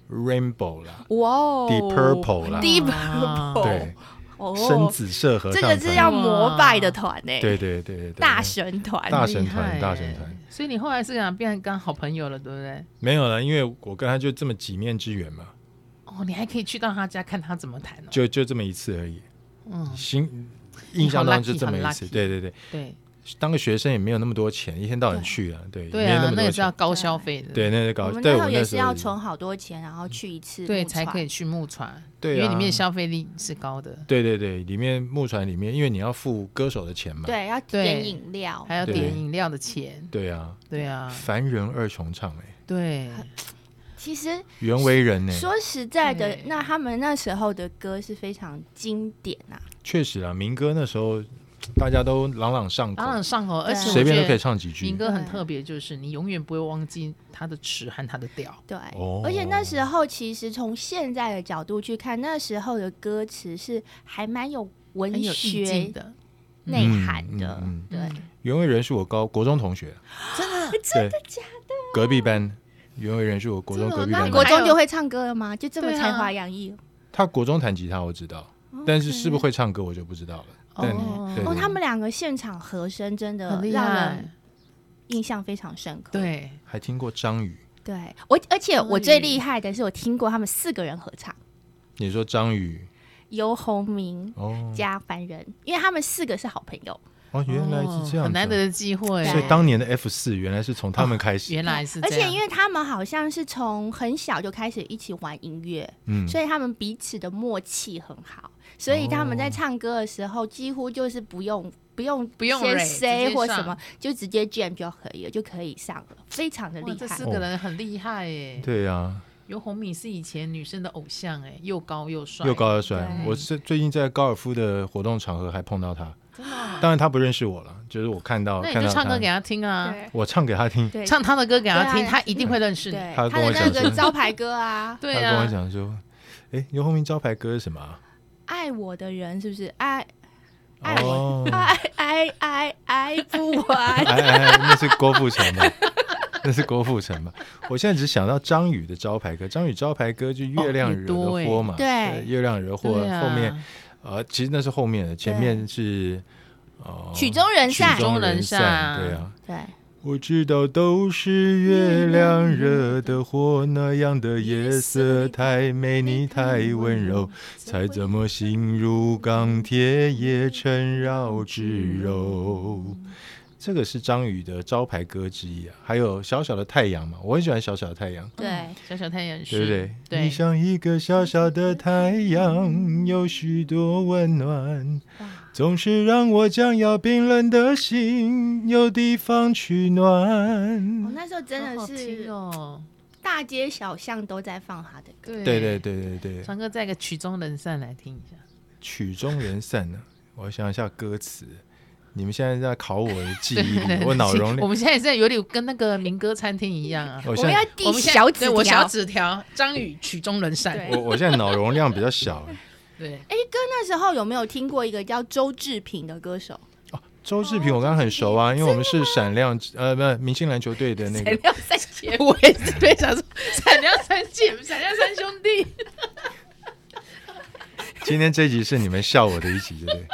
Rainbow 啦， 哇 ，Deep Purple 啦 ，Deep Purple， 对。深紫色合唱团， 这个是要膜拜的团呢。 对对对， 大神团， 大神团。 所以你后来是跟他变成好朋友了，对不对？ 没有了，因为我跟他就这么几面之缘嘛。 哦，你还可以去到他家看他怎么弹哦。 就这么一次而已。印象当中就这么一次。对对对对。 当个学生也没有那么多钱，一天到晚去啊，对对啊，那也是要高消费的， 对，那是高。 我们那时候也是要存好多钱，然后去一次， 对，才可以去木船， 对， 因为里面消费力是高的， 对对对，里面木船里面，因为你要付歌手的钱嘛， 对，要点饮料， 还要点饮料的钱， 对啊， 对啊， 凡人二重唱对。 其实袁惟仁说实在的，那他们那时候的歌是非常经典啊， 确实啊，民歌那时候。大家都朗朗上口， 而且随便都可以唱几句。 民歌很特别，就是你永远不会忘记它的词和它的调。 对，而且那时候其实从现在的角度去看，那时候的歌词是还蛮有文学的内涵的。对， 袁惟仁是我国中同学， 真的假的？ 隔壁班，袁惟仁是我国中隔壁班。 国中就会唱歌了吗？就这么才华洋溢？ 他国中弹吉他我知道，但是是不是会唱歌我就不知道了。 他们两个现场和声真的让人印象非常深刻。 对， 还听过张宇。 对，而且我最厉害的是我听过他们4个人合唱。 你说张宇、 游鸿明加凡人，因为他们4个是好朋友。 哦，原来是这样， 很难得的机会。 所以当年的 F4 原来是从他们开始， 原来是这样。 而且因为他们好像是从很小就开始一起玩音乐，所以他们彼此的默契很好，所以他们在唱歌的时候几乎就是不用先 say 或什么，就直接 jam 就可以了，就可以上了，非常的厉害。 这4个人很厉害耶。 对啊。 游鸿明是以前女生的偶像哎，又高又帅。 我是最近在高尔夫的活动场合还碰到他。当然他不认识我了，就是我看到， 那你就唱歌给他听啊， 我唱给他听， 唱他的歌给他听，他一定会认识你。 他跟我讲他的那个招牌歌啊， 对啊， 他跟我讲说，游鸿明招牌歌是什么？爱我的人是不是爱不完？ 那是郭富城吧？那是郭富城吧？我现在只想到张宇的招牌歌，张宇招牌歌就月亮惹的祸嘛， 对， 月亮惹祸后面。其实那是后面的，前面是曲终人散， 对啊， 对。 我知道都是月亮惹的祸，那样的夜色太美，你太温柔，才怎么心如钢铁也缠绕炙肉。这个是张宇的招牌歌之一啊，还有小小的太阳嘛，我很喜欢小小的太阳。 对， 小小太阳是， 对不对？ 对， 你像一个小小的太阳，有许多温暖，总是让我将要冰冷的心有地方取暖。 那时候真的是大街小巷都在放他的歌。 对， 川哥在一个曲终人散来听一下。 曲终人散呢，我想一下歌词。你们现在在考我的记忆力，我脑容量。 我们现在是有点跟那个民歌餐厅一样啊。 我们要递小纸条， 我小纸条，张宇曲终人散。 我现在脑容量比较小。 对， 哥那时候有没有听过一个叫周志平的歌手？ 周志平我刚刚很熟啊，因为我们是闪亮明星篮球队的那个。 闪亮三姐，我也是非常说闪亮三姐，闪亮三兄弟。 今天这一集是你们笑我的一集，对不对？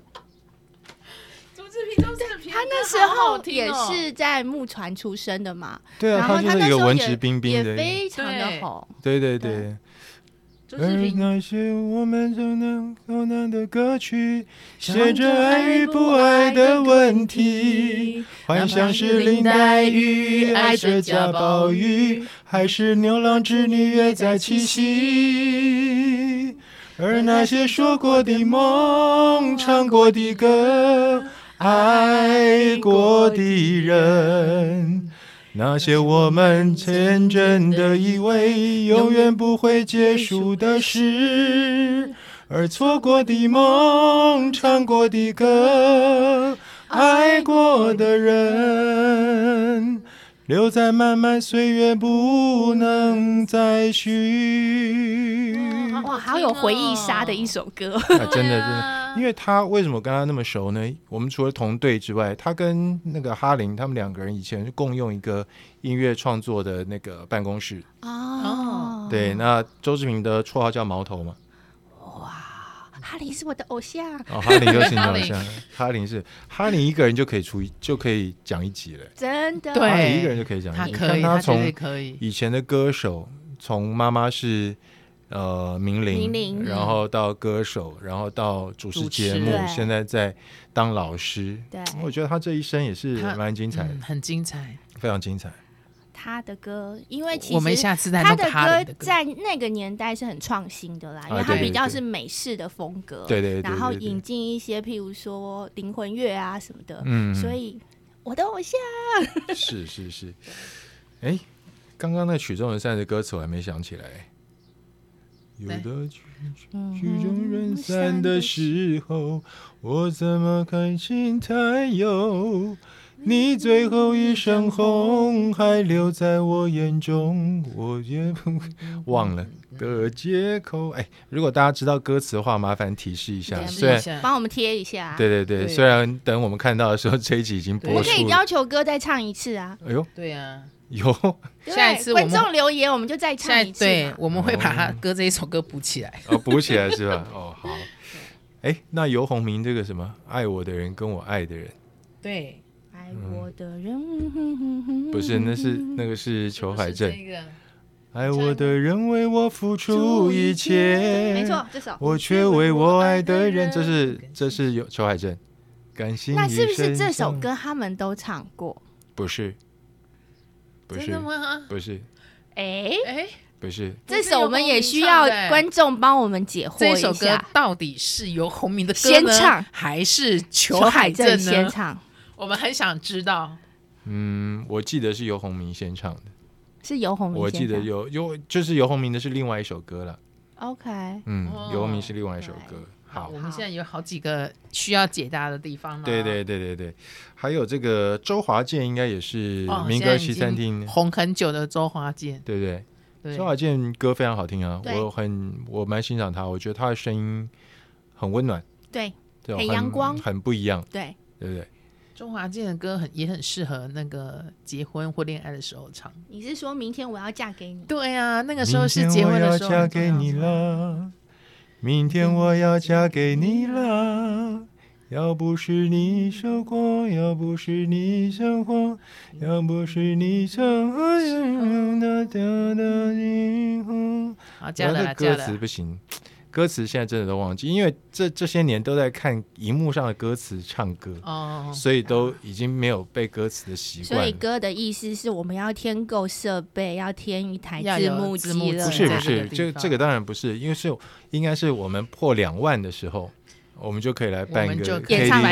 他那时候也是在木船出身的嘛， 对啊， 然后他就是一个文质彬彬的， 也非常的红。 对。而那些我们都能的歌曲，写着爱与不爱的问题，幻想是林黛玉爱着贾宝玉，还是牛郎织女约在七夕？而那些说过的梦，唱过的歌，爱过的人，那些我们天真的以为永远不会结束的事，而错过的梦，唱过的歌，爱过的人，留在漫漫岁月不能再续。 哇，好有回忆杀的一首歌。 真的，因为他为什么跟他那么熟呢？我们除了同队之外，他跟那个哈林他们2个人以前是共用一个音乐创作的那个办公室。 对，那周志平的绰号叫毛头嘛。 哈林是我的偶像。 哈林就是你的偶像。哈林一个人就可以讲一集了， 真的。 哈林一个人就可以讲一集。 他可以， 他从以前的歌手，从妈妈是名伶，然后到歌手，然后到主持节目，现在在当老师。 对， 我觉得他这一生也是蛮精彩的， 很精彩， 非常精彩。 他的歌，因为其实我们下次他的歌在那个年代是很创新的啦，因为他比较是美式的风格， 对， 然后引进一些譬如说灵魂乐啊什么的，所以我的偶像是。哎，刚刚那曲终人散的歌词我还没想起来。有的曲终人散的时候，我怎么开心太有？你最后一身红还留在我眼中，我也不忘了的借口。哎，如果大家知道歌词的话，麻烦提示一下，虽然帮我们贴一下。 对，虽然等我们看到的时候，这一集已经播出了， 我可以要求歌再唱一次啊。 哎呦， 对啊， 有。 下一次观众留言，我们就再唱一次。 对，我们会把他歌这一首歌补起来。 补起来是吧？好。哎，那游鸿明这个什么爱我的人跟我爱的人， 对。爱我的人， 不是，那个是裘海正。爱我的人为我付出一切， 没错，这首我却为我爱的人，这是有裘海正。感性。 那是不是这首歌他们都唱过？ 不是， 真的吗？ 不是，不是。 这首我们也需要观众帮我们解惑一下， 这首歌到底是游鸿明的歌呢，先唱还是裘海正先唱？ 我们很想知道。 我记得是游鸿明先唱的， 是游鸿明先唱。 我记得就是游鸿明的是另外一首歌了。 OK， 游鸿明是另外一首歌。 好，我们现在有好几个需要解答的地方了。 对，还有这个周华健应该也是民歌西餐厅红很久的周华健， 对不对？周华健歌非常好听啊，我蛮欣赏他，我觉得他的声音很温暖， 对，很阳光， 很不一样， 对不对？ 周华健的歌也很适合那个结婚或恋爱的时候唱。 你是说明天我要嫁给你？ 对啊，那个时候是结婚的时候。 明天我要嫁给你了，明天我要嫁给你了，要不是你受过，要不是你生活，要不是你曾好，嫁了， 歌词不行。歌词现在真的都忘记，因为这些年都在看荧幕上的歌词唱歌，所以都已经没有背歌词的习惯。 所以歌的意思是我们要添购设备，要添一台字幕机了。 不是，这个当然不是，因为应该是我们破2万的时候，我们就可以来办一个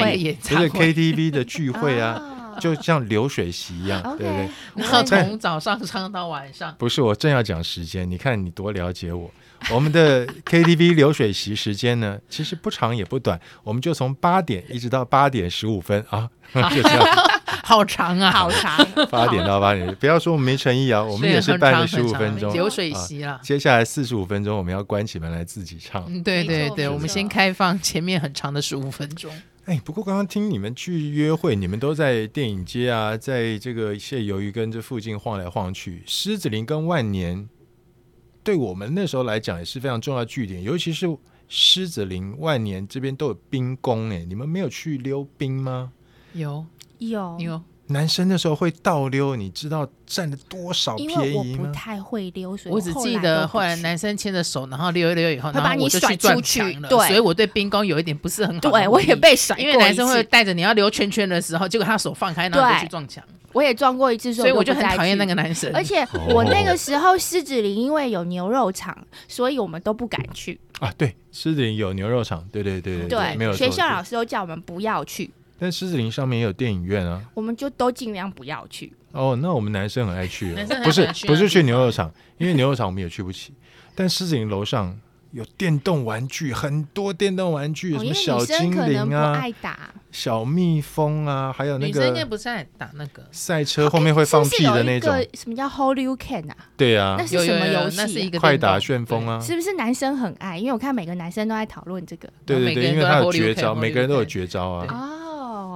KTV 的聚会啊。就像流水席一样，对不对？ 然后从早上唱到晚上。 不是，我正要讲时间，你看你多了解我。我们的 KTV 流水席时间呢，其实不长也不短，我们就从8点一直到8点15分啊，就这样。 好长啊，好长。 8点到8点，不要说我们没诚意啊，我们也是办了15分钟流水席了。 接下来45分钟我们要关起门来自己唱。 对，我们先开放前面很长的15分钟。 不过刚刚听你们去约会，你们都在电影街啊，在这个谢鱿鱼跟这附近晃来晃去。狮子林跟万年对我们那时候来讲也是非常重要的据点，尤其是狮子林、万年这边都有冰宫，你们没有去溜冰吗？ 有。 男生那时候会倒溜，你知道占了多少便宜吗？ 因为我不太会溜，所以我只记得后来男生牵着手，然后溜一溜以后， 会把你甩出去了。 对，所以我对冰宫有一点不是很好。 对，我也被甩过一次， 因为男生会带着你要溜圈圈的时候，结果他手放开，然后就去撞墙。 我也撞过一次， 所以我就很讨厌那个男生。 而且我那个时候狮子林因为有牛肉场，所以我们都不敢去啊。对，狮子林有牛肉场，对，没有错。 学校老师都叫我们不要去。 但狮子林上面也有电影院啊， 我们就都尽量不要去。 那我们男生很爱去，不是去牛肉场，因为牛肉场我们也去不起。但狮子林楼上有电动玩具，很多电动玩具，什么小精灵啊，小蜜蜂啊，还有那个女生应该不是爱打那个赛车后面会放屁的那种。 什么叫 Hold You Can 啊？ 对啊， 那是什么游戏？ 那是一个快打旋风啊， 是不是男生很爱？因为我看每个男生都在讨论这个。 对，因为他有绝招，每个人都有绝招啊。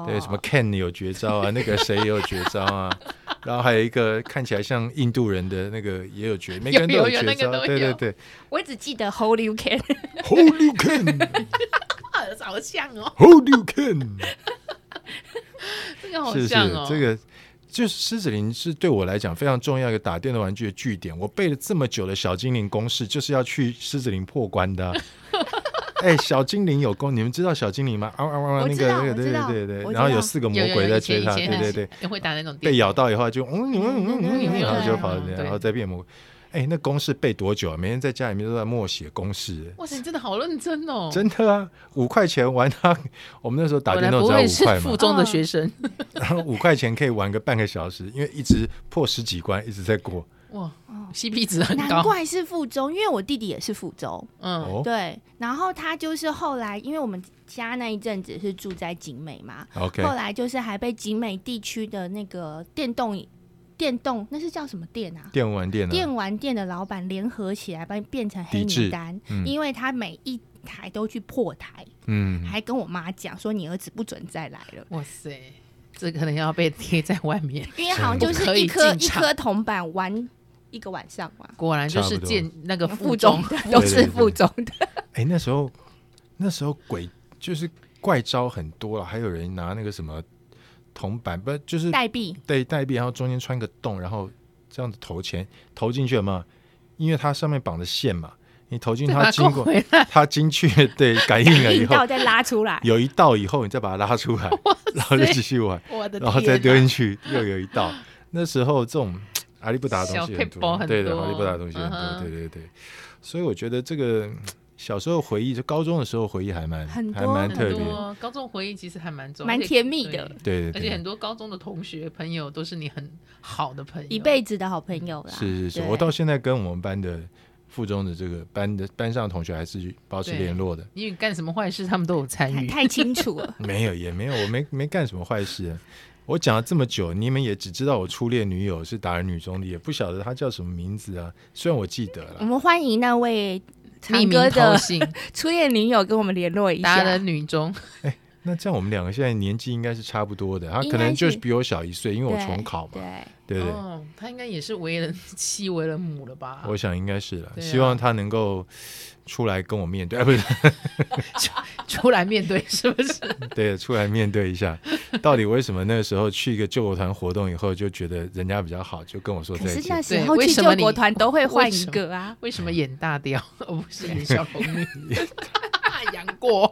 对，什么 Ken 有绝招啊，那个谁也有绝招啊，然后还有一个看起来像印度人的那个也有绝，每个人都有绝招，对对对。 我只记得 Hold You Can，Hold You Can， 好像哦 ，Hold You Can， 这个好像哦， 是这个。就是狮子林是对我来讲非常重要一个打电动玩具的据点，我背了这么久的小精灵公式就是要去狮子林破关的、啊。小精灵有功，你们知道小精灵吗？ 那个对对对，然后有4个魔鬼在追他，对对对， 会打那种被咬到以后就然后就跑，然后再变魔鬼。那公式背多久啊？每天在家里面都在默写公式。 哇塞，你真的好认真哦！ 真的啊，5块钱玩它，我们那时候打电动只要5块嘛。 是附中的学生， 然后5块钱可以玩个半个小时，因为一直破10几关，一直在过。 哇 ，CP 值很高。 难怪是附中，因为我弟弟也是附中。对，然后他就是后来，因为我们家那一阵子是住在景美嘛，后来就是还被景美地区的那个电动那是叫什么店啊？ 电玩店啊， 电玩店的老板联合起来把你变成黑名单，因为他每一台都去破台，还跟我妈讲说你儿子不准再来了。 哇塞，这可能要被贴在外面， 因为好像就是一颗铜板玩1个晚上嘛。 果然就是建那个附中的， 都是附中的。 那时候鬼就是怪招很多了，还有人拿那个什么。铜板不就是代币？ 对，代币，然后中间穿个洞，然后这样子投进去了嘛？因为它上面绑的线嘛，你投进它经过它精确对感应了以后， 再拉出来， 有一道以后你再把它拉出来，然后就继续玩，然后再丢进去，又有一道。那时候这种阿里不达的东西很多，对的，阿里不达的东西很多，对对对。所以我觉得这个。小时候回忆，就高中的时候回忆还蛮特别。 高中回忆其实还蛮重， 蛮甜蜜的。 对， 而且很多高中的同学朋友都是你很好的朋友， 一辈子的好朋友啦。 是，我到现在跟我们班的附中的这个班上的同学还是保持联络的。 因为干什么坏事他们都有参与， 太清楚了。 没有，也没有，我没干什么坏事啊。我讲了这么久，你们也只知道我初恋女友是达人女中的，也不晓得她叫什么名字啊。虽然我记得了。 我们欢迎那位。唱歌的初恋女友跟我们联络一下。 达人女中， 那这样我们2个现在年纪应该是差不多的，他可能就是比我小1岁，因为我重考嘛，对对。 他应该也是为人妻为人母了吧？ 我想应该是了，希望他能够出来跟我面对，不是出来面对，是不是？ 对，出来面对一下，到底为什么那个时候去一个救国团活动以后就觉得人家比较好，就跟我说再见。 可是那时候去救国团都会换一个啊？ 为什么演大雕而不是演小龙女？杨过。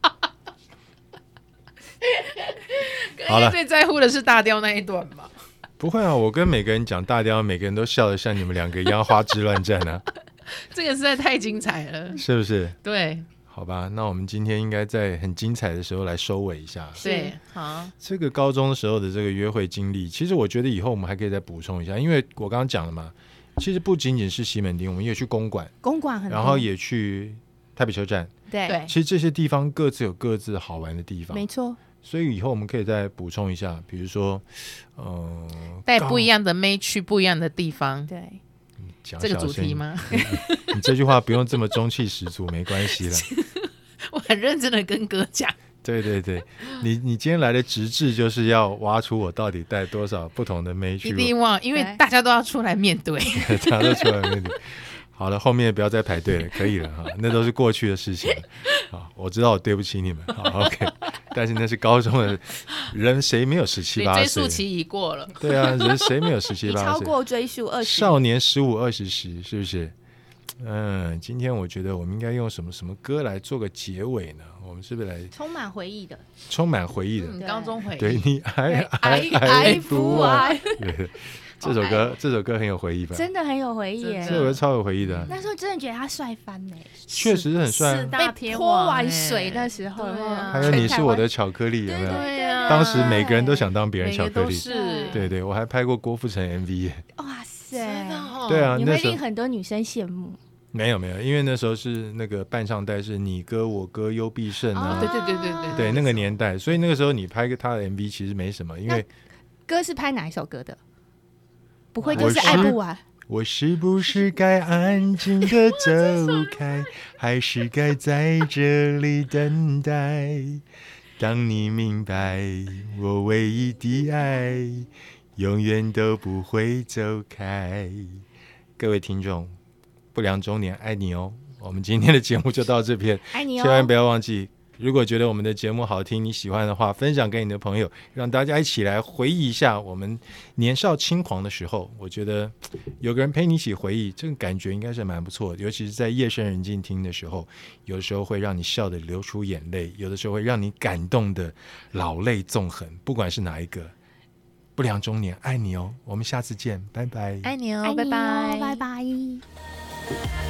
好了，最在乎的是大雕那一段嘛？ 不会啊，我跟每个人讲大雕，每个人都笑得像你们2个一样花枝乱颤啊。 这个实在太精彩了， 是不是？ 对。 好吧，那我们今天应该在很精彩的时候来收尾一下。 对，好。这个高中的时候的这个约会经历，其实我觉得以后我们还可以再补充一下，因为我刚刚讲了嘛，其实不仅仅是西门町，我们也去公馆很多， 然后也去台北车站。 对， 其实这些地方各自有各自好玩的地方， 没错。 所以以后我们可以再补充一下，比如说， 带不一样的妹去不一样的地方。 对。 这个主题吗？ 你这句话不用这么中气十足，没关系啦。 我很认真的跟哥讲。 对对对，你今天来的直至就是要挖出我到底带多少不同的妹去。 一定忘，因为大家都要出来面对。 大家都出来面对。好了，后面不要再排队了，可以了哈，那都是过去的事情。好，我知道我对不起你们。好 ，OK。但是那是高中的人，谁没有17、18岁？ 追溯期已过了。 对啊，人谁没有17、18岁？ 超过追溯20。 少年15、20时，是不是？今天我觉得我们应该用什么歌来做个结尾呢？我们是不是来充满回忆的？ 充满回忆的， 高中回忆。 对你爱不爱？对。这首歌很有回忆吧？ 真的很有回忆耶！ 这首歌超有回忆的。 那时候真的觉得他帅翻呢， 确实是很帅。 被泼完水那时候， 还有你是我的巧克力，有没有？ 对啊， 当时每个人都想当别人巧克力。 对对，我还拍过郭富城 MV。 哇塞！ 对啊， 你们一定很多女生羡慕。 没有，因为那时候是那个伴唱带是你歌我歌优必胜啊。对，那个年代，所以那个时候你拍他的 MV 其实没什么，因为歌是拍哪一首歌的？不会就是爱不完？ 我是不是该安静的走开，还是该在这里等待？ 当你明白我唯一的爱永远都不会走开。各位听众，不良中年爱你哦。我们今天的节目就到这边， 爱你哦， 千万不要忘记，如果觉得我们的节目好听，你喜欢的话，分享给你的朋友，让大家一起来回忆一下我们年少轻狂的时候。我觉得有个人陪你一起回忆，这个感觉应该是蛮不错的，尤其是在夜深人静听的时候，有的时候会让你笑得流出眼泪，有的时候会让你感动的老泪纵横。不管是哪一个，不良中年爱你哦。我们下次见，拜拜。 爱你哦，拜拜， 拜拜。